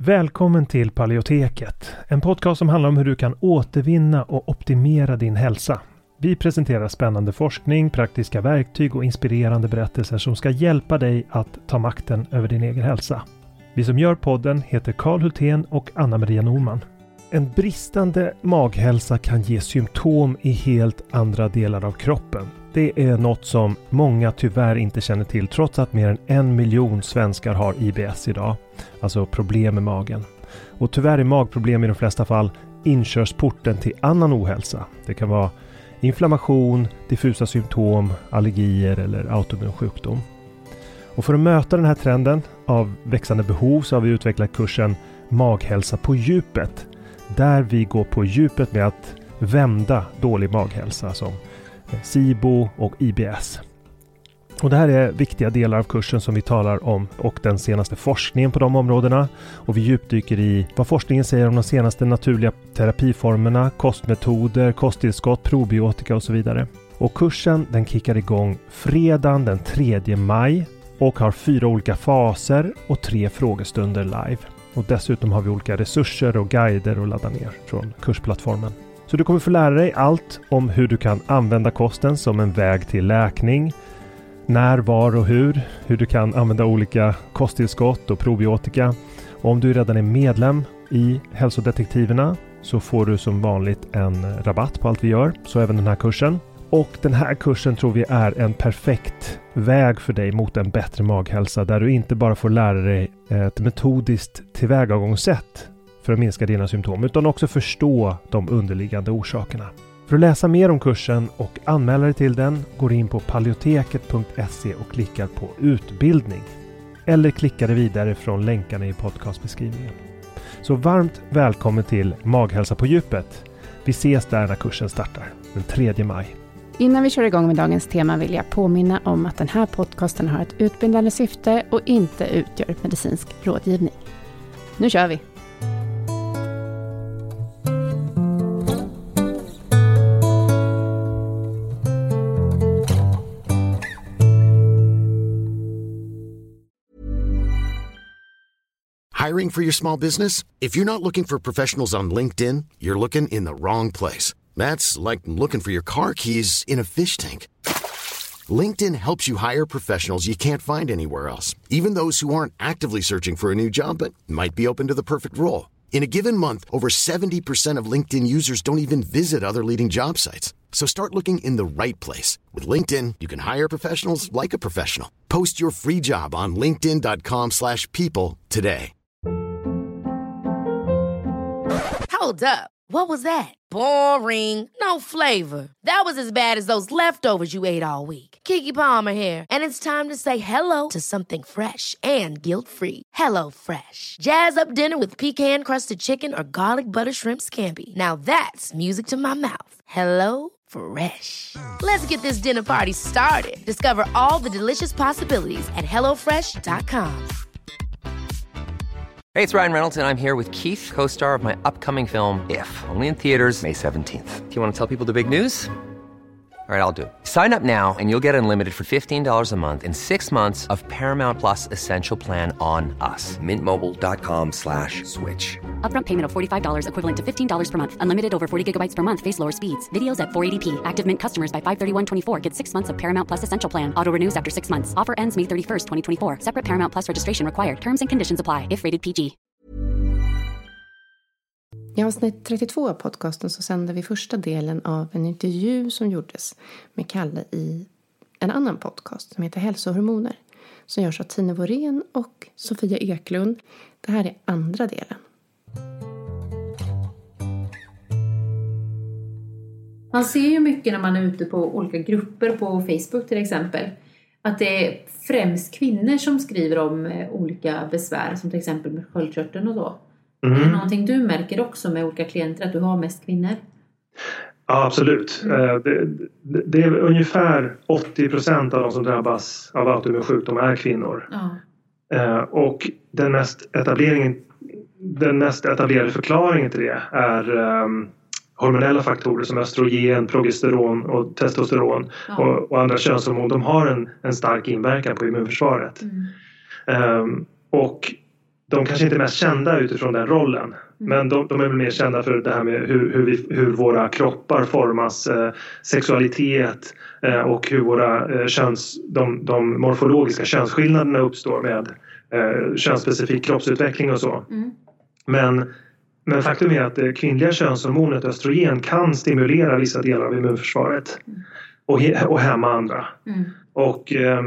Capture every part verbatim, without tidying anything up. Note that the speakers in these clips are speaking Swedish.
Välkommen till Paleoteket, en podcast som handlar om hur du kan återvinna och optimera din hälsa. Vi presenterar spännande forskning, praktiska verktyg och inspirerande berättelser som ska hjälpa dig att ta makten över din egen hälsa. Vi som gör podden heter Carl Hultén och Anna-Maria Norman. En bristande maghälsa kan ge symptom i helt andra delar av kroppen. Det är något som många tyvärr inte känner till trots att mer än en miljon svenskar har I B S idag. Alltså problem med magen. Och tyvärr är magproblem i de flesta fall inkörsporten till annan ohälsa. Det kan vara inflammation, diffusa symptom, allergier eller autoimmun sjukdom. Och för att möta den här trenden av växande behov så har vi utvecklat kursen Maghälsa på djupet. Där vi går på djupet med att vända dålig maghälsa som SIBO och I B S. Och det här är viktiga delar av kursen som vi talar om och den senaste forskningen på de områdena. Och vi djupdyker i vad forskningen säger om de senaste naturliga terapiformerna, kostmetoder, kosttillskott, probiotika och så vidare. Och kursen den kickar igång fredagen den tredje maj och har fyra olika faser och tre frågestunder live. Och dessutom har vi olika resurser och guider att ladda ner från kursplattformen. Så du kommer få lära dig allt om hur du kan använda kosten som en väg till läkning. När, var och hur. Hur du kan använda olika kosttillskott och probiotika. Och om du redan är medlem i Hälsodetektiverna så får du som vanligt en rabatt på allt vi gör. Så även den här kursen. Och den här kursen tror vi är en perfekt väg för dig mot en bättre maghälsa. Där du inte bara får lära dig ett metodiskt tillvägagångssätt för att minska dina symptom utan också förstå de underliggande orsakerna. För att läsa mer om kursen och anmäla dig till den går in på paleoteket punkt se och klickar på utbildning. Eller klickar dig vidare från länkarna i podcastbeskrivningen. Så varmt välkommen till Maghälsa på djupet. Vi ses där när kursen startar den tredje maj. Innan vi kör igång med dagens tema vill jag påminna om att den här podcasten har ett utbildande syfte och inte utgör medicinsk rådgivning. Nu kör vi! Hiring for your small business? If you're not looking for professionals on LinkedIn, you're looking in the wrong place. That's like looking for your car keys in a fish tank. LinkedIn helps you hire professionals you can't find anywhere else, even those who aren't actively searching for a new job but might be open to the perfect role. In a given month, over seventy percent of LinkedIn users don't even visit other leading job sites. So start looking in the right place. With LinkedIn, you can hire professionals like a professional. Post your free job on linkedin dot com slash people today. Hold up. What was that? Boring. No flavor. That was as bad as those leftovers you ate all week. Keke Palmer here, and it's time to say hello to something fresh and guilt-free. Hello Fresh. Jazz up dinner with pecan-crusted chicken or garlic butter shrimp scampi. Now that's music to my mouth. Hello Fresh. Let's get this dinner party started. Discover all the delicious possibilities at hello fresh dot com. Hey, it's Ryan Reynolds, and I'm here with Keith, co-star of my upcoming film, If, only in theaters May seventeenth. Do you want to tell people the big news? All right, I'll do it. Sign up now and you'll get unlimited for fifteen dollars a month and six months of Paramount Plus Essential Plan on us. Mint Mobile dot com slash switch. Upfront payment of forty-five dollars equivalent to fifteen dollars per month. Unlimited over forty gigabytes per month. Face lower speeds. Videos at four eighty p. Active Mint customers by five thirty-one twenty-four get six months of Paramount Plus Essential Plan. Auto renews after six months. Offer ends May thirty-first, twenty twenty-four. Separate Paramount Plus registration required. Terms and conditions apply if rated P G. I avsnitt trettiotvå av podcasten så sänder vi första delen av en intervju som gjordes med Kalle i en annan podcast som heter Hälsohormoner. Som görs av Tina Worén och Sofia Eklund. Det här är andra delen. Man ser ju mycket när man är ute på olika grupper på Facebook till exempel. Att det är främst kvinnor som skriver om olika besvär som till exempel med sköldkörteln och så. Mm. Är det någonting du märker också med olika klienter att du har mest kvinnor? Ja, absolut. Mm. Det, det är ungefär åttio procent av de som drabbas av autoimmun sjukdom är kvinnor. Ja. Och den mest, etableringen, den mest etablerade förklaringen till det är um, hormonella faktorer som östrogen, progesteron och testosteron ja. och, och andra könshormon. De har en, en stark inverkan på immunförsvaret. Mm. Um, och de kanske inte är mest kända utifrån den rollen. Mm. Men de, de är väl mer kända för det här med hur, hur, vi, hur våra kroppar formas, eh, sexualitet eh, och hur våra eh, köns, de, de morfologiska könsskillnaderna uppstår med eh, könsspecifik kroppsutveckling och så. Mm. Men, men faktum är att det kvinnliga könshormonet östrogen kan stimulera vissa delar av immunförsvaret mm. och, och hämma andra. Mm. Och eh,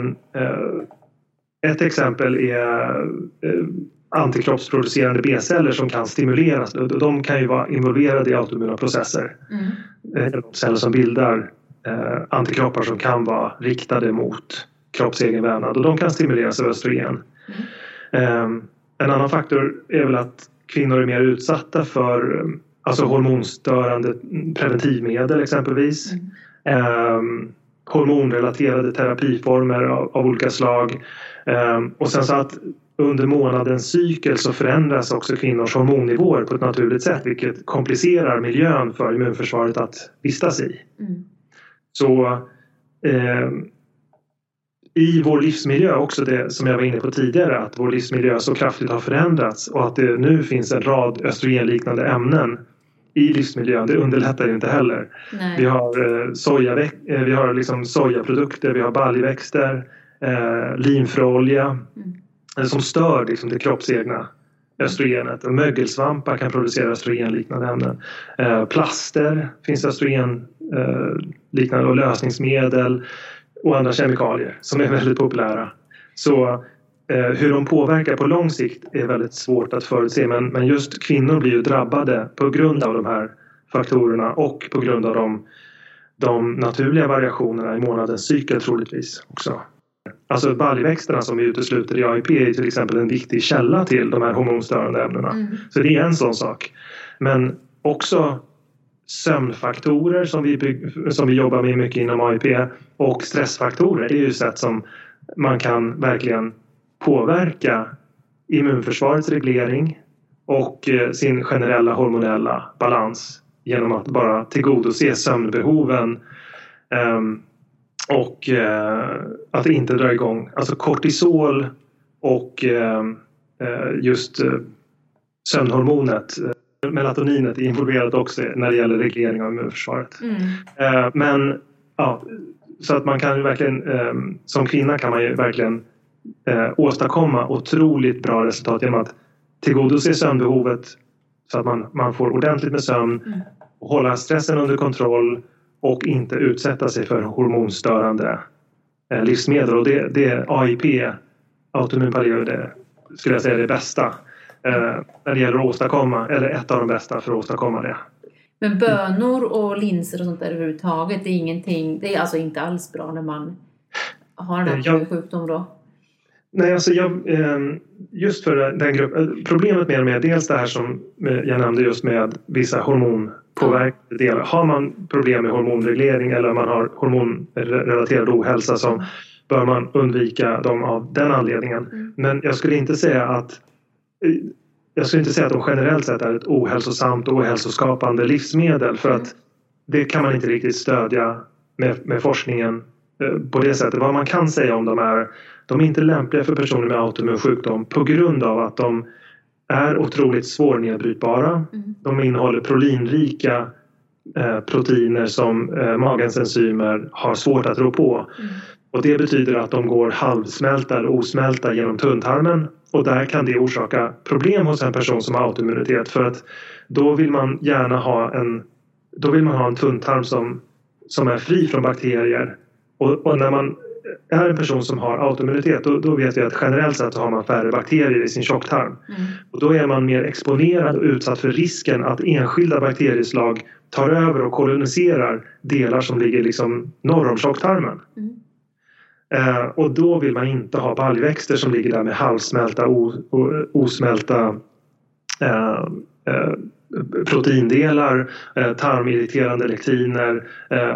ett exempel är eh, antikroppsproducerande B-celler som kan stimuleras. De kan ju vara involverade i autoimmuna processer. Mm. De celler som bildar eh, antikroppar som kan vara riktade mot kroppsegen vävnad. Och de kan stimuleras av östrogen. Mm. Eh, en annan faktor är väl att kvinnor är mer utsatta för alltså hormonstörande preventivmedel exempelvis. Mm. Eh, hormonrelaterade terapiformer av, av olika slag. Eh, och sen så att under månadens cykel så förändras också kvinnors hormonnivåer på ett naturligt sätt, vilket komplicerar miljön för immunförsvaret att vistas i. Mm. Så eh, i vår livsmiljö också, det som jag var inne på tidigare, att vår livsmiljö så kraftigt har förändrats och att det nu finns en rad östrogenliknande ämnen i livsmiljön, det underlättar ju inte heller. Nej. Vi har, eh, soja, eh, vi har liksom sojaprodukter, vi har baljväxter, eh, linfröolja mm. som stör liksom det kroppsegna östrogenet. Och mögelsvampar kan producera östrogenliknande ämnen. Eh, plaster finns östrogenliknande eh, och lösningsmedel och andra kemikalier som är väldigt populära. Så eh, hur de påverkar på lång sikt är väldigt svårt att förutse. Men, men just kvinnor blir ju drabbade på grund av de här faktorerna och på grund av de, de naturliga variationerna i månadens cykel troligtvis också. Alltså baljväxterna som vi utesluter i A I P är till exempel en viktig källa till de här hormonstörande ämnena. Mm. Så det är en sån sak. Men också sömnfaktorer som vi, bygg, som vi jobbar med mycket inom A I P och stressfaktorer. Det är ju sätt som man kan verkligen påverka immunförsvarets reglering och sin generella hormonella balans genom att bara tillgodose sömnbehoven um, och uh, att inte dra igång. Alltså kortisol och uh, just uh, sömnhormonet, uh, melatoninet är involverat också när det gäller reglering av immunförsvaret. Mm. Uh, men ja, så att man kan ju verkligen, um, som kvinna kan man ju verkligen uh, åstadkomma otroligt bra resultat genom att tillgodose sömnbehovet så att man, man får ordentligt med sömn mm. och hålla stressen under kontroll och inte utsätta sig för hormonstörande eh, livsmedel. Och det, det är A I P, autoimmun paleo, det skulle jag säga är det bästa eh, när det gäller att åstadkomma, eller ett av de bästa för att åstadkomma det. Men bönor och linser och sånt där överhuvudtaget, det är ingenting, det är alltså inte alls bra när man har en här sjukdom då? Nej, alltså jag, just för den gruppen, problemet med det är dels det här som jag nämnde just med vissa hormonpåverkade delar. Har man problem med hormonreglering eller man har hormonrelaterad ohälsa så bör man undvika dem av den anledningen. Mm. Men jag skulle inte säga att jag skulle inte säga att de generellt sett är ett ohälsosamt och ohälsoskapande livsmedel, för att det kan man inte riktigt stödja med, med forskningen på det sättet. Vad man kan säga om dem är de är inte lämpliga för personer med autoimmun sjukdom på grund av att de är otroligt svårnedbrytbara. Mm. De innehåller proteinrika eh, proteiner som eh, magens enzymer har svårt att rå på. Mm. Och det betyder att de går halvsmälta eller osmälta genom tunntarmen. Och där kan det orsaka problem hos en person som har autoimmunitet. För att då vill man gärna ha en, då vill man ha en tunntarm som, som är fri från bakterier. Och, och när man är en person som har autoimmunitet, då, då vet vi att generellt sett har man färre bakterier i sin tjocktarm. Mm. Och då är man mer exponerad och utsatt för risken att enskilda bakterieslag tar över och koloniserar delar som ligger liksom norr om tjocktarmen. Mm. Eh, och då vill man inte ha baljväxter som ligger där med halvsmälta, o, o, osmälta eh, eh, proteindelar, eh, tarmirriterande lektiner, eh,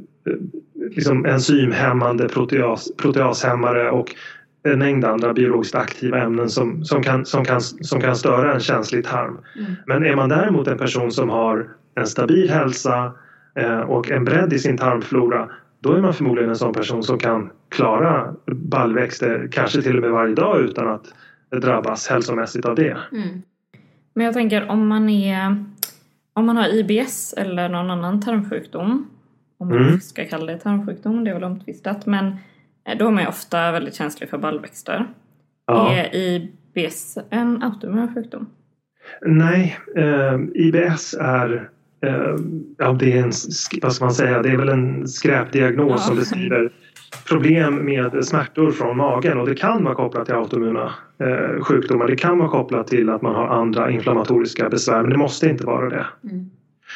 liksom enzymhämmande proteas, proteashämmare och en mängd andra biologiskt aktiva ämnen som, som, kan, som, kan, som kan störa en känslig tarm. Mm. Men är man däremot en person som har en stabil hälsa eh, och en bredd i sin tarmflora, då är man förmodligen en sån person som kan klara baljväxter kanske till och med varje dag utan att drabbas hälsomässigt av det. Mm. Men jag tänker om man är om man har I B S eller någon annan tarmsjukdom, om man mm. ska kalla det tarmsjukdom, det är väl omtvistat, men då är man ju ofta väldigt känslig för baljväxter. Ja. Är I B S en autoimmun sjukdom? Nej, eh, I B S är eh, ja, det är en, vad ska man säga, det är väl en skräpdiagnos ja. som beskriver problem med smärtor från magen, och det kan vara kopplat till autoimmuna eh, sjukdomar. Det kan vara kopplat till att man har andra inflammatoriska besvär, men det måste inte vara det. Mm.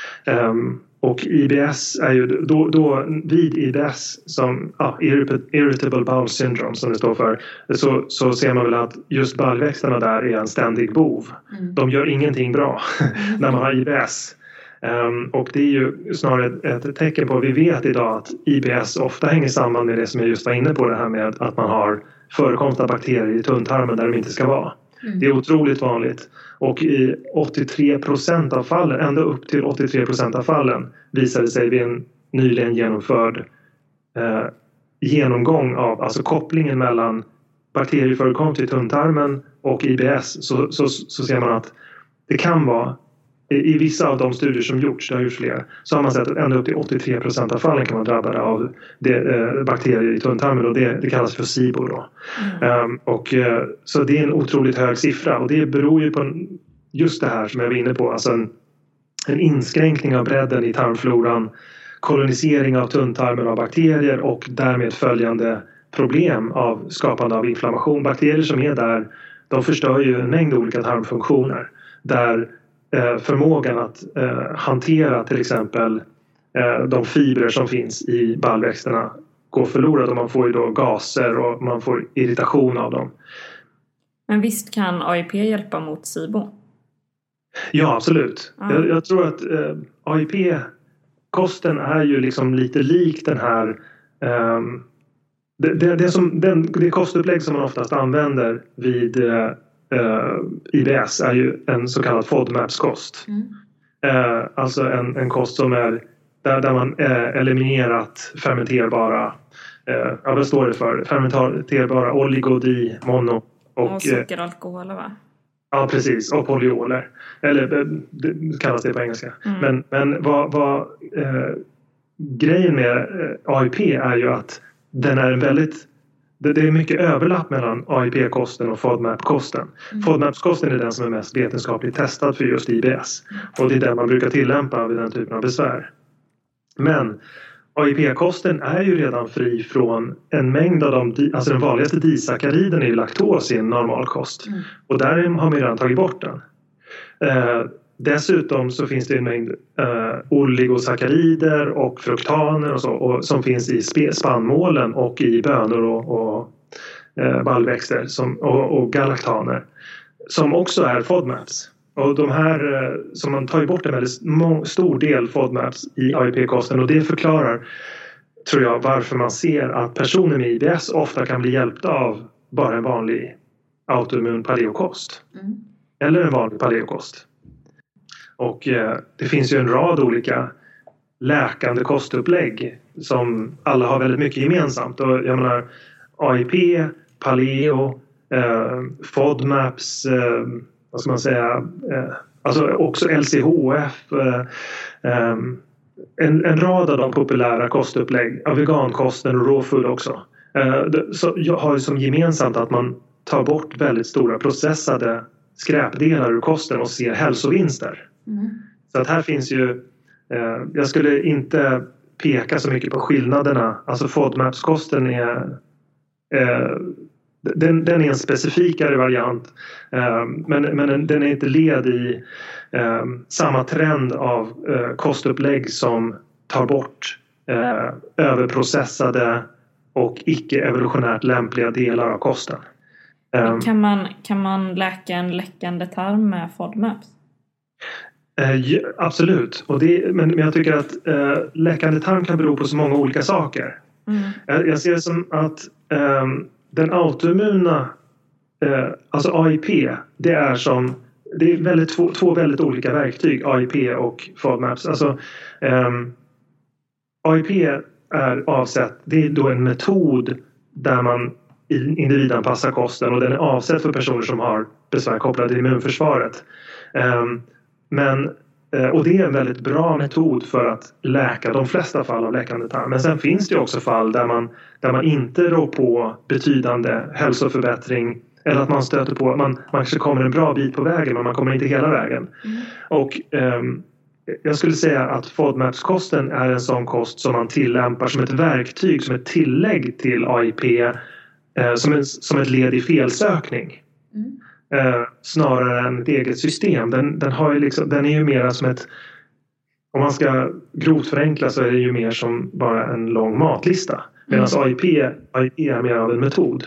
Um, och I B S är ju då, då vid I B S som ah, irritable bowel syndrome som det står för, så, så ser man väl att just baljväxterna där är en ständig bov. Mm. De gör ingenting bra när man har I B S. Um, och det är ju snarare ett tecken på, vi vet idag att I B S ofta hänger samman med det som jag just var inne på, det här med att man har förekomst av bakterier i tunntarmen där de inte ska vara. Mm. Det är otroligt vanligt, och i åttiotre procent av fallen, ända upp till åttiotre procent av fallen, visade sig vid en nyligen genomförd eh, genomgång av alltså kopplingen mellan bakterieförekomst i tunntarmen och I B S, så, så, så ser man att det kan vara i vissa av de studier som gjorts, det har gjorts fler, så har man sett att ända upp till åttiotre procent av fallen kan man drabbade av det, eh, bakterier i tunntarmen, och det, det kallas för S I B O då. Mm. Um, och, uh, så det är en otroligt hög siffra, och det beror ju på just det här som jag var inne på, alltså en, en inskränkning av bredden i tarmfloran, kolonisering av tunntarmen av bakterier och därmed följande problem av skapande av inflammation. Bakterier som är där, de förstör ju en mängd olika tarmfunktioner där förmågan att eh, hantera till exempel eh, de fibrer som finns i baljväxterna går förlorad, och man får ju då gaser och man får irritation av dem. Men visst kan A I P hjälpa mot S I B O? Ja, absolut. Mm. Jag, jag tror att eh, A I P-kosten är ju liksom lite lik den här eh, det, det, det, som, den, det kostupplägg som man oftast använder vid eh, Uh, I B S är ju en så kallad FODMAPs-kost. Mm. Uh, alltså en, en kost som är där, där man uh, eliminerat fermenterbara uh, ja, vad står det för? Fermenterbara oligodi, mono och, och sockeralkoholer, va? Ja, precis. Och polyoler. Eller det kallas det på engelska. Mm. Men, men vad, vad uh, grejen med uh, A I P är ju att den är en väldigt Det, det är mycket överlapp mellan A I P-kosten och FODMAP-kosten. Mm. FODMAP-kosten är den som är mest vetenskapligt testad för just I B S. Och det är den man brukar tillämpa vid den typen av besvär. Men A I P-kosten är ju redan fri från en mängd av de, alltså den vanligaste disakariden är ju laktos i en normal kost. Mm. Och där har man redan tagit bort den. Eh, dessutom så finns det en mängd eh, oligosaccharider och fruktaner och så, och, som finns i sp- spannmålen och i bönor och, och eh, baljväxter som, och, och galaktaner som också är FODMAPs. Och de här, eh, som man tar bort en väldigt må- stor del FODMAPs i A I P-kosten, och det förklarar, tror jag, varför man ser att personer med I B S ofta kan bli hjälpta av bara en vanlig autoimmun paleokost. Mm. Eller en vanlig paleokost. Och eh, det finns ju en rad olika läkande kostupplägg som alla har väldigt mycket gemensamt. Och jag menar A I P, paleo, eh, FODMAPs, eh, vad ska man säga, eh, alltså också L C H F, eh, eh, en, en rad av de populära kostupplägg, av vegankosten och raw food också. Eh, så jag har ju som gemensamt att man tar bort väldigt stora processade skräpdelar ur kosten och ser hälsovinster. Mm. Så att här finns ju, eh, jag skulle inte peka så mycket på skillnaderna. Alltså FODMAPs-kosten är eh, den, den är en specifikare variant, eh, men, men den är inte led i eh, samma trend av eh, kostupplägg som tar bort eh, överprocessade och icke-evolutionärt lämpliga delar av kosten. Um, kan, man, kan man läka en läckande tarm med FODMAPs? Uh, ja, absolut. Och det, men, men jag tycker att uh, läckande tarm kan bero på så många olika saker. Mm. Jag, jag ser det som att um, den autoimmuna, uh, alltså A I P, det är som det är väldigt, två, två väldigt olika verktyg, A I P och FODMAPs. Alltså um, A I P är avsett, det är då en metod där man individanpassa kosten och den är avsedd för personer som har besvär kopplade till immunförsvaret. Um, men, och det är en väldigt bra metod för att läka de flesta fall av läkande tarm. Men sen finns det också fall där man, där man inte rår på betydande hälsoförbättring eller att man stöter på, man, man kanske kommer en bra bit på vägen men man kommer inte hela vägen. Mm. Och um, jag skulle säga att FODMAPs-kosten är en sån kost som man tillämpar som ett verktyg, som ett tillägg till A I P, eh, som, en, som ett led i felsökning. Mm. Eh, snarare än ett eget system. Den, den, har ju liksom, den är ju mer som ett, om man ska grovt förenkla så är det ju mer som bara en lång matlista. Medan mm. A I P, A I P är mer av en metod.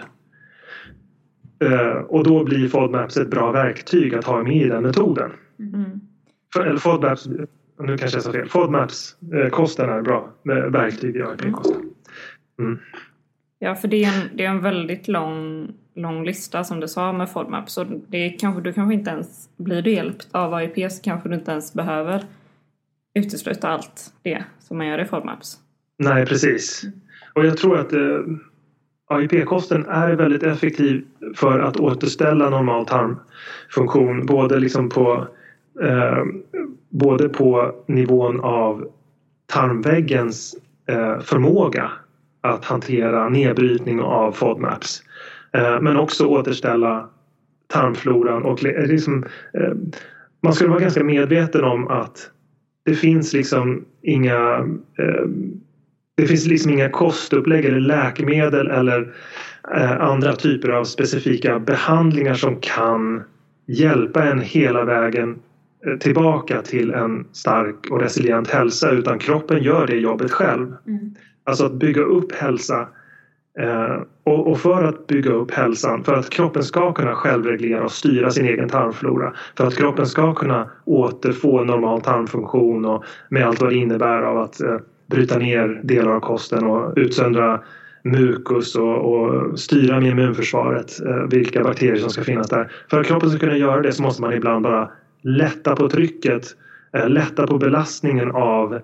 Eh, och då blir FODMAPs ett bra verktyg att ha med i den metoden. Mm. För, eller FODMAPs, nu kanske jag sa fel. FODMAPs eh, kosten är bra med verktyg i A I P-kosten. Mm. Ja, för det är, en, det är en väldigt lång, lång lista som du sa med FODMAP. Så det kanske, du kanske inte ens, blir du hjälpt av A I P så kanske du inte ens behöver utesluta allt det som man gör i FODMAPs. Nej, precis. Och jag tror att eh, A I P-kosten är väldigt effektiv för att återställa normal tarmfunktion. Både liksom på Eh, både på nivån av tarmväggens eh, förmåga att hantera nedbrytning av FODMAPs, eh, men också återställa tarmfloran och liksom, eh, man skulle vara ganska medveten om att det finns liksom inga eh, det finns liksom inga kostupplägg eller läkemedel eller eh, andra typer av specifika behandlingar som kan hjälpa en hela vägen tillbaka till en stark och resilient hälsa, utan kroppen gör det jobbet själv. Mm. Alltså att bygga upp hälsa eh, och, och för att bygga upp hälsan, för att kroppen ska kunna självreglera och styra sin egen tarmflora, för att kroppen ska kunna återfå normal tarmfunktion och med allt vad det innebär av att eh, bryta ner delar av kosten och utsöndra mukus och, och styra med immunförsvaret eh, vilka bakterier som ska finnas där. För att kroppen ska kunna göra det så måste man ibland bara lätta på trycket, lätta på belastningen av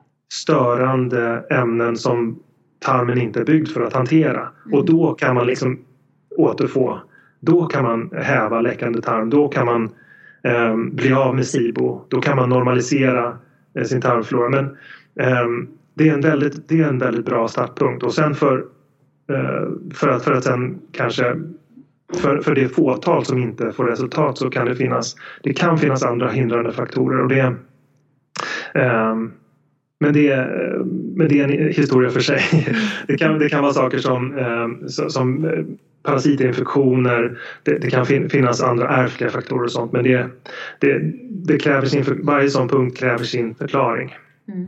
störande ämnen som tarmen inte är byggd för att hantera. Mm. Och då kan man liksom återfå, då kan man häva läckande tarm, då kan man eh, bli av med SIBO, då kan man normalisera eh, sin tarmflora. Men eh, det, är en väldigt, det är en väldigt bra startpunkt. Och sen för, eh, för, att, för att sen kanske För, för det fåtal som inte får resultat så kan det finnas, det kan finnas andra hindrande faktorer och det, eh, men, det, men det är en historia för sig. Det kan, det kan vara saker som, eh, som parasitinfektioner, det, det kan fin, finnas andra ärftliga faktorer och sånt, men det, det, det kräver sin, varje sån punkt kräver sin förklaring. Mm.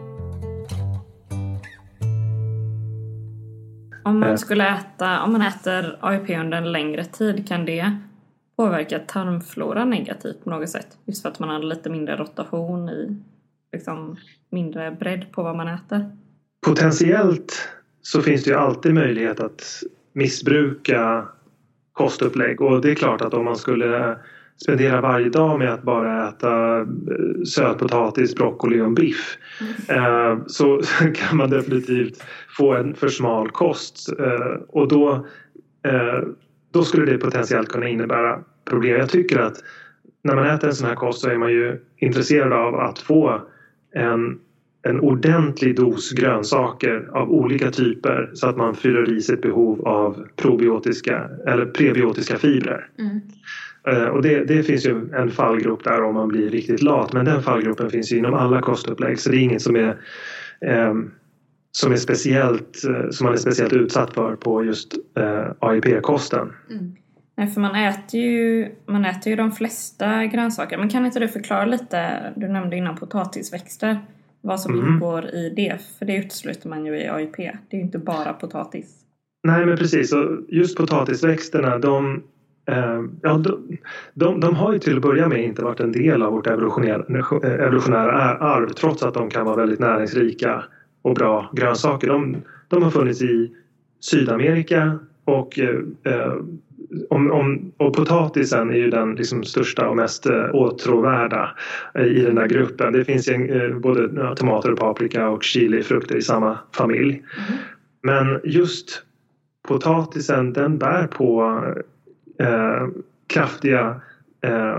Om man skulle äta, om man äter A I P under en längre tid, kan det påverka tarmfloran negativt på något sätt? Just för att man har lite mindre rotation i, liksom mindre bredd på vad man äter. Potentiellt så finns det ju alltid möjlighet att missbruka kostupplägg. Och det är klart att om man skulle spendera varje dag med att bara äta sötpotatis, broccoli och en biff, mm. så kan man definitivt få en för smal kost. Och då, då skulle det potentiellt kunna innebära problem. Jag tycker att när man äter en sån här kost så är man ju intresserad av att få en, en ordentlig dos grönsaker av olika typer så att man fyller i sitt behov av probiotiska eller prebiotiska fibrer. Mm. Och det, det finns ju en fallgrupp där om man blir riktigt lat, men den fallgruppen finns ju inom alla kostupplägg, så det är inget som är, eh, som är speciellt, som man är speciellt utsatt för på just eh, A I P-kosten. Mm. Nej, för man äter ju man äter ju de flesta grönsaker. Men kan inte du förklara lite, du nämnde innan potatisväxter, vad som mm. ingår i det? För det utesluter man ju i A I P. Det är ju inte bara potatis. Nej, men precis. Och just potatisväxterna, de Uh, ja, de, de, de har ju till att börja med inte varit en del av vårt evolutionära, evolutionära arv, trots att de kan vara väldigt näringsrika och bra grönsaker. De, de har funnits i Sydamerika och, uh, om, om, och potatisen är ju den liksom största och mest uh, åtråvärda uh, i den där gruppen. Det finns ju uh, både uh, tomater och paprika och chilifrukter i samma familj. Mm. Men just potatisen, den bär på eh, kraftiga eh,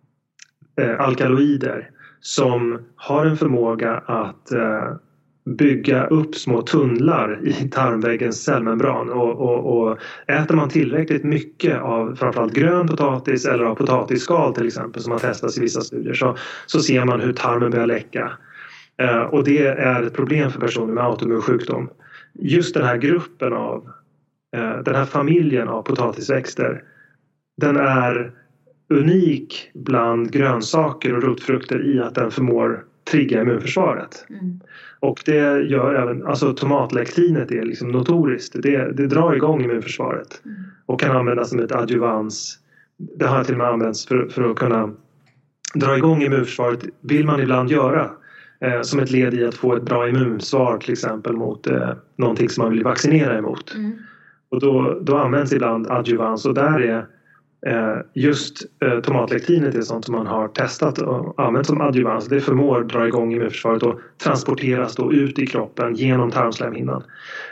eh, alkaloider som har en förmåga att eh, bygga upp små tunnlar i tarmväggens cellmembran. Och, och, och äter man tillräckligt mycket av framförallt grön potatis eller av potatisskal till exempel, som har testats i vissa studier, så, så ser man hur tarmen börjar läcka. Eh, och det är ett problem för personer med autoimmun sjukdom. Just den här gruppen av, eh, den här familjen av potatisväxter, den är unik bland grönsaker och rotfrukter i att den förmår trigga immunförsvaret. Mm. Och det gör även, alltså tomatlektinet är liksom notoriskt. Det, det drar igång immunförsvaret. Mm. Och kan användas som ett adjuvans. Det har till och med använts för, för att kunna dra igång immunförsvaret. Vill man ibland göra. Eh, som ett led i att få ett bra immunsvar till exempel mot eh, någonting som man vill vaccinera emot. Mm. Och då, då används ibland adjuvans. Och där är just tomatlektinet är sånt som man har testat och använt som adjuvans. Det förmår dra igång immunförsvaret och transporteras då ut i kroppen genom tarmslemhinnan.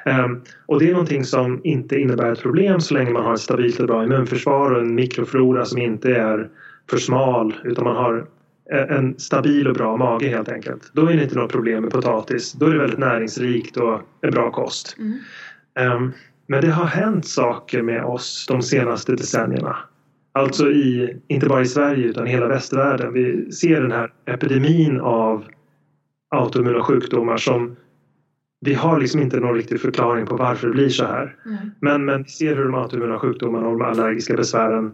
Och det är någonting som inte innebär ett problem så länge man har ett stabilt och bra immunförsvar och en mikroflora som inte är för smal, utan man har en stabil och bra mage helt enkelt. Då är det inte något problem med potatis. Då är det väldigt näringsrikt och en bra kost. Mm. Men det har hänt saker med oss de senaste decennierna. Alltså i, inte bara i Sverige utan i hela västvärlden. Vi ser den här epidemin av autoimmuna sjukdomar som vi har liksom inte någon riktig förklaring på varför det blir så här. Mm. Men, men vi ser hur de autoimmuna sjukdomarna och de allergiska besvären,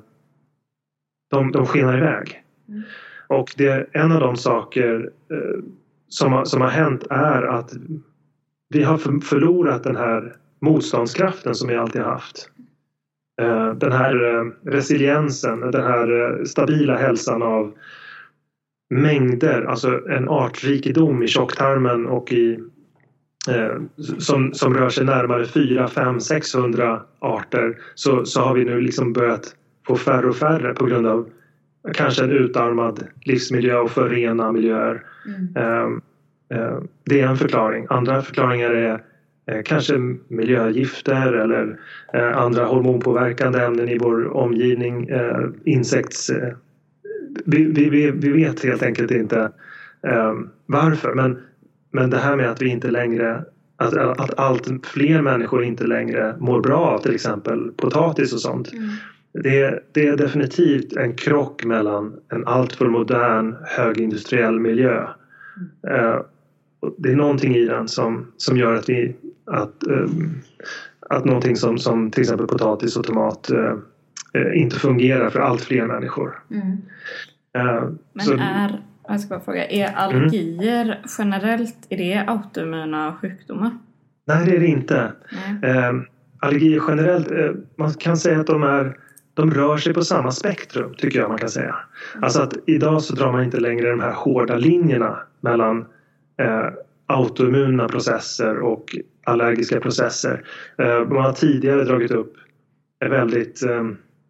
de, de skenar iväg. Mm. Och det, en av de saker eh, som, som har hänt är att vi har för, förlorat den här motståndskraften som vi alltid har haft. Den här resiliensen, den här stabila hälsan av mängder, alltså en artrikedom i tjocktarmen och i som, som rör sig närmare fyra, fem, sexhundra arter, så, så har vi nu liksom börjat få färre och färre på grund av kanske en utarmad livsmiljö och för rena miljöer. Mm. Det är en förklaring. Andra förklaringar är Eh, kanske miljögifter eller eh, andra hormonpåverkande ämnen i vår omgivning, eh, insekts... Eh, vi, vi, vi vet helt enkelt inte eh, varför, men, men det här med att vi inte längre, att, att allt fler människor inte längre mår bra av till exempel potatis och sånt. Mm. Det, det är definitivt en krock mellan en alltför modern högindustriell miljö. Mm. Eh, Det är någonting i den som, som gör att vi att, um, att någonting som, som till exempel potatis och tomat uh, uh, inte fungerar för allt fler människor. Mm. Uh, Men så, är, jag ska bara fråga, är allergier mm. generellt, är det autoimmuna sjukdomar? Nej, det är det inte. Uh, allergier generellt, uh, man kan säga att de är de rör sig på samma spektrum, tycker jag man kan säga. Mm. Alltså att idag så drar man inte längre de här hårda linjerna mellan Eh, autoimmuna processer och allergiska processer. Eh, man har tidigare dragit upp är väldigt eh,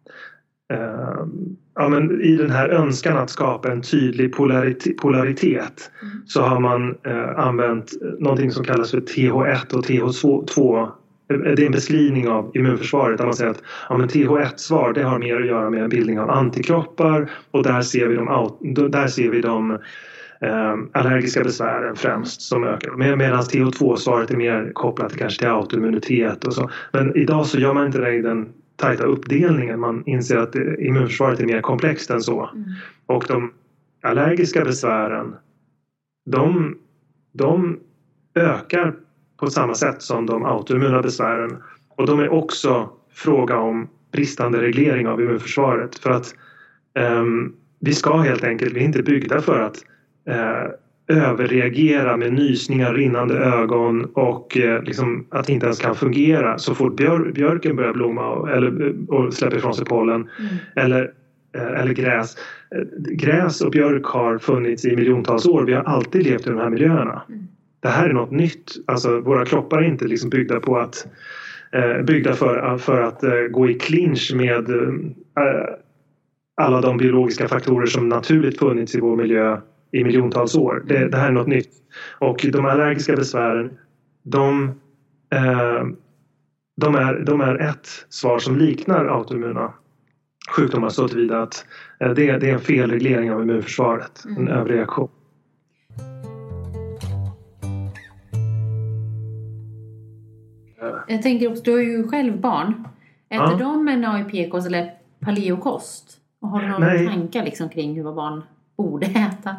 eh, ja, men i den här önskan att skapa en tydlig polaritet, polaritet mm. så har man eh, använt någonting som kallas för T H ett och T H två. Det är en beskrivning av immunförsvaret där man säger att ja, men T H ett-svar, det har mer att göra med bildning av antikroppar, och där ser vi de, där ser vi de eh, allergiska besvären främst som ökar. Med, medan T H två-svaret är mer kopplat till, kanske till autoimmunitet och så. Men idag så gör man inte längre den tajta uppdelningen. Man inser att immunförsvaret är mer komplext än så. Mm. Och de allergiska besvären, de, de ökar på samma sätt som de autoimmuna besvären. Och de är också fråga om bristande reglering av immunförsvaret. För att um, vi ska helt enkelt, vi är inte byggda för att uh, överreagera med nysningar, rinnande ögon och uh, liksom att inte ens kan fungera så fort björ, björken börjar blomma och, eller, och släpper ifrån sig pollen. Mm. Eller, uh, eller gräs. Uh, gräs och björk har funnits i miljontals år. Vi har alltid levt i de här miljöerna. Mm. Det här är något nytt. Alltså, våra kroppar är inte liksom byggda på att eh, byggda för, för att eh, gå i clinch med eh, alla de biologiska faktorer som naturligt funnits i vår miljö i miljontals år. Det, det här är något nytt. Och de allergiska besvären, de, eh, de är, de är ett svar som liknar autoimmuna sjukdomar så tillvida att det, det är en felreglering av immunförsvaret, mm. en överreaktion. Jag tänker också, du har ju själv barn. Äter ja. de en A I P-kost eller paleokost? Och har du några tankar liksom kring hur vad barn borde äta?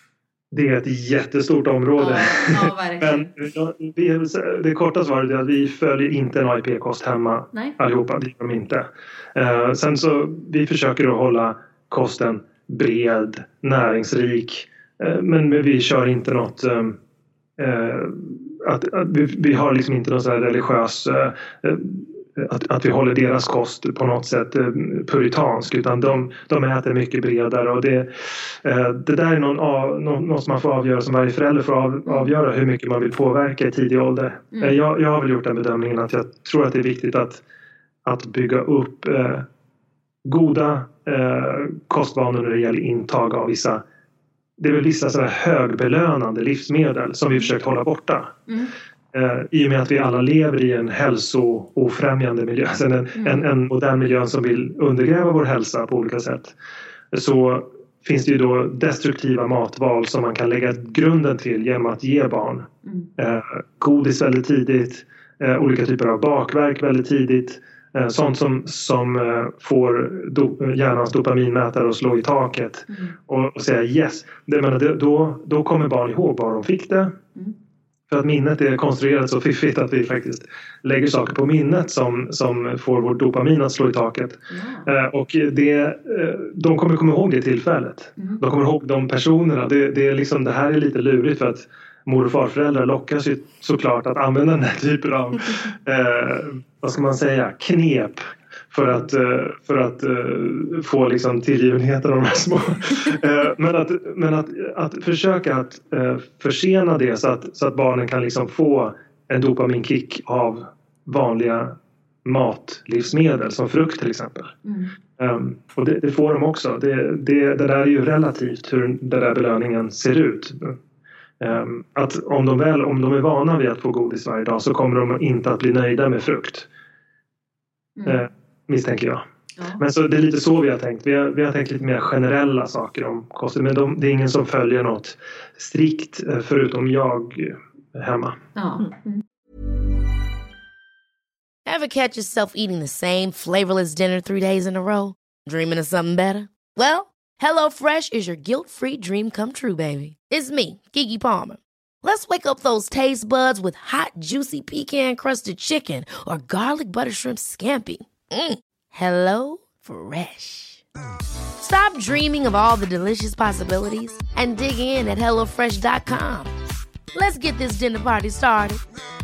Det är ett jättestort område. Ja, ja, verkligen. Men vi, det korta svaret är att vi följer inte en A I P-kost hemma. Nej. Allihopa, det gör de inte. Uh, sen så vi försöker att hålla kosten bred, näringsrik. Uh, men vi kör inte något... Um, uh, att, att vi, vi har liksom inte någon sån här religiös... Uh, Att, att vi håller deras kost på något sätt eh, puritansk, utan de, de äter mycket bredare och det, eh, det där är någon, av, någon, något som man får avgöra som varje förälder får av, avgöra hur mycket man vill påverka i tidig ålder. Mm. Eh, jag, jag har väl gjort den bedömningen att jag tror att det är viktigt att, att bygga upp eh, goda eh, kostvanor när det gäller intag av vissa, det är väl vissa sådär högbelönande livsmedel som vi försökt hålla borta. Mm. I och med att vi alla lever i en hälsoofrämjande miljö, alltså en, mm. en, en modern miljö som vill undergräva vår hälsa på olika sätt, så finns det ju då destruktiva matval som man kan lägga grunden till genom att ge barn mm. eh, godis väldigt tidigt, eh, olika typer av bakverk väldigt tidigt, eh, sånt som, som eh, får do, hjärnans dopaminmätare att slå i taket mm. och, och säga yes, det, menar, det, då, då kommer barn ihåg var de fick det. Mm. För att minnet är konstruerat så fiffigt att vi faktiskt lägger saker på minnet som, som får vårt dopamin att slå i taket. Mm. Eh, och det, eh, de kommer komma ihåg det tillfället. Mm. De kommer ihåg de personerna. Det, det, är liksom, det här är lite lurigt för att mor- och farföräldrar lockas ju såklart att använda den här typen av eh, vad ska man säga, knep. För att, för att få liksom tillgivenheten av de här små. Men, att, men att, att försöka att försena det så att, så att barnen kan liksom få en dopaminkick av vanliga matlivsmedel som frukt till exempel. Mm. Um, och det, det får de också. Det, det, det där är ju relativt hur den där belöningen ser ut. Um, att om de, väl, om de är vana vid att få godis varje dag så kommer de inte att bli nöjda med frukt. Mm. Uh, misstänker jag. Ja. Men så det är lite så vi har tänkt. Vi har, vi har tänkt lite mer generella saker om kosten. Men de, det är ingen som följer något strikt förutom jag hemma. Ja. Mm. Ever catch yourself eating the same flavorless dinner three days in a row? Dreaming of something better? Well, HelloFresh is your guilt-free dream come true, baby. It's me, Keke Palmer. Let's wake up those taste buds with hot, juicy pecan-crusted chicken or garlic butter shrimp scampi. Mm. Hello Fresh. Stop dreaming of all the delicious possibilities and dig in at hello fresh dot com. Let's get this dinner party started.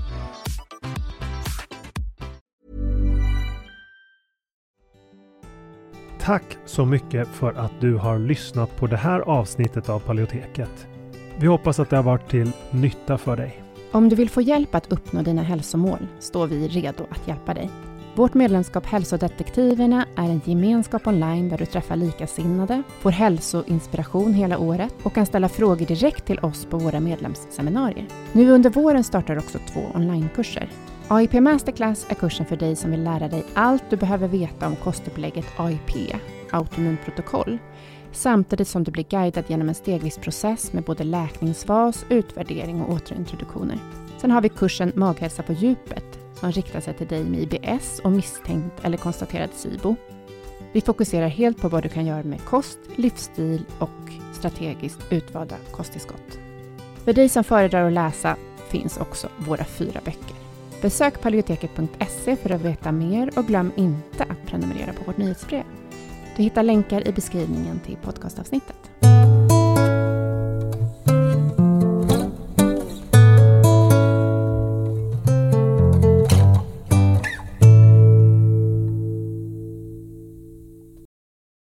Tack så mycket för att du har lyssnat på det här avsnittet av Paleoteket. Vi hoppas att det har varit till nytta för dig. Om du vill få hjälp att uppnå dina hälsomål står vi redo att hjälpa dig. Vårt medlemskap Hälsodetektiverna är en gemenskap online där du träffar likasinnade, får hälsoinspiration hela året och kan ställa frågor direkt till oss på våra medlemsseminarier. Nu under våren startar också två onlinekurser. A I P Masterclass är kursen för dig som vill lära dig allt du behöver veta om kostupplägget A I P, autoimmunprotokoll, samtidigt som du blir guidad genom en stegvis process med både läkningsfas, utvärdering och återintroduktioner. Sen har vi kursen Maghälsa på djupet som riktar sig till dig med I B S och misstänkt eller konstaterad SIBO. Vi fokuserar helt på vad du kan göra med kost, livsstil och strategiskt utvalda kosttillskott. För dig som föredrar att läsa finns också våra fyra böcker. Besök paleoteket punkt se för att veta mer och glöm inte att prenumerera på vårt nyhetsbrev. Du hittar länkar i beskrivningen till podcastavsnittet.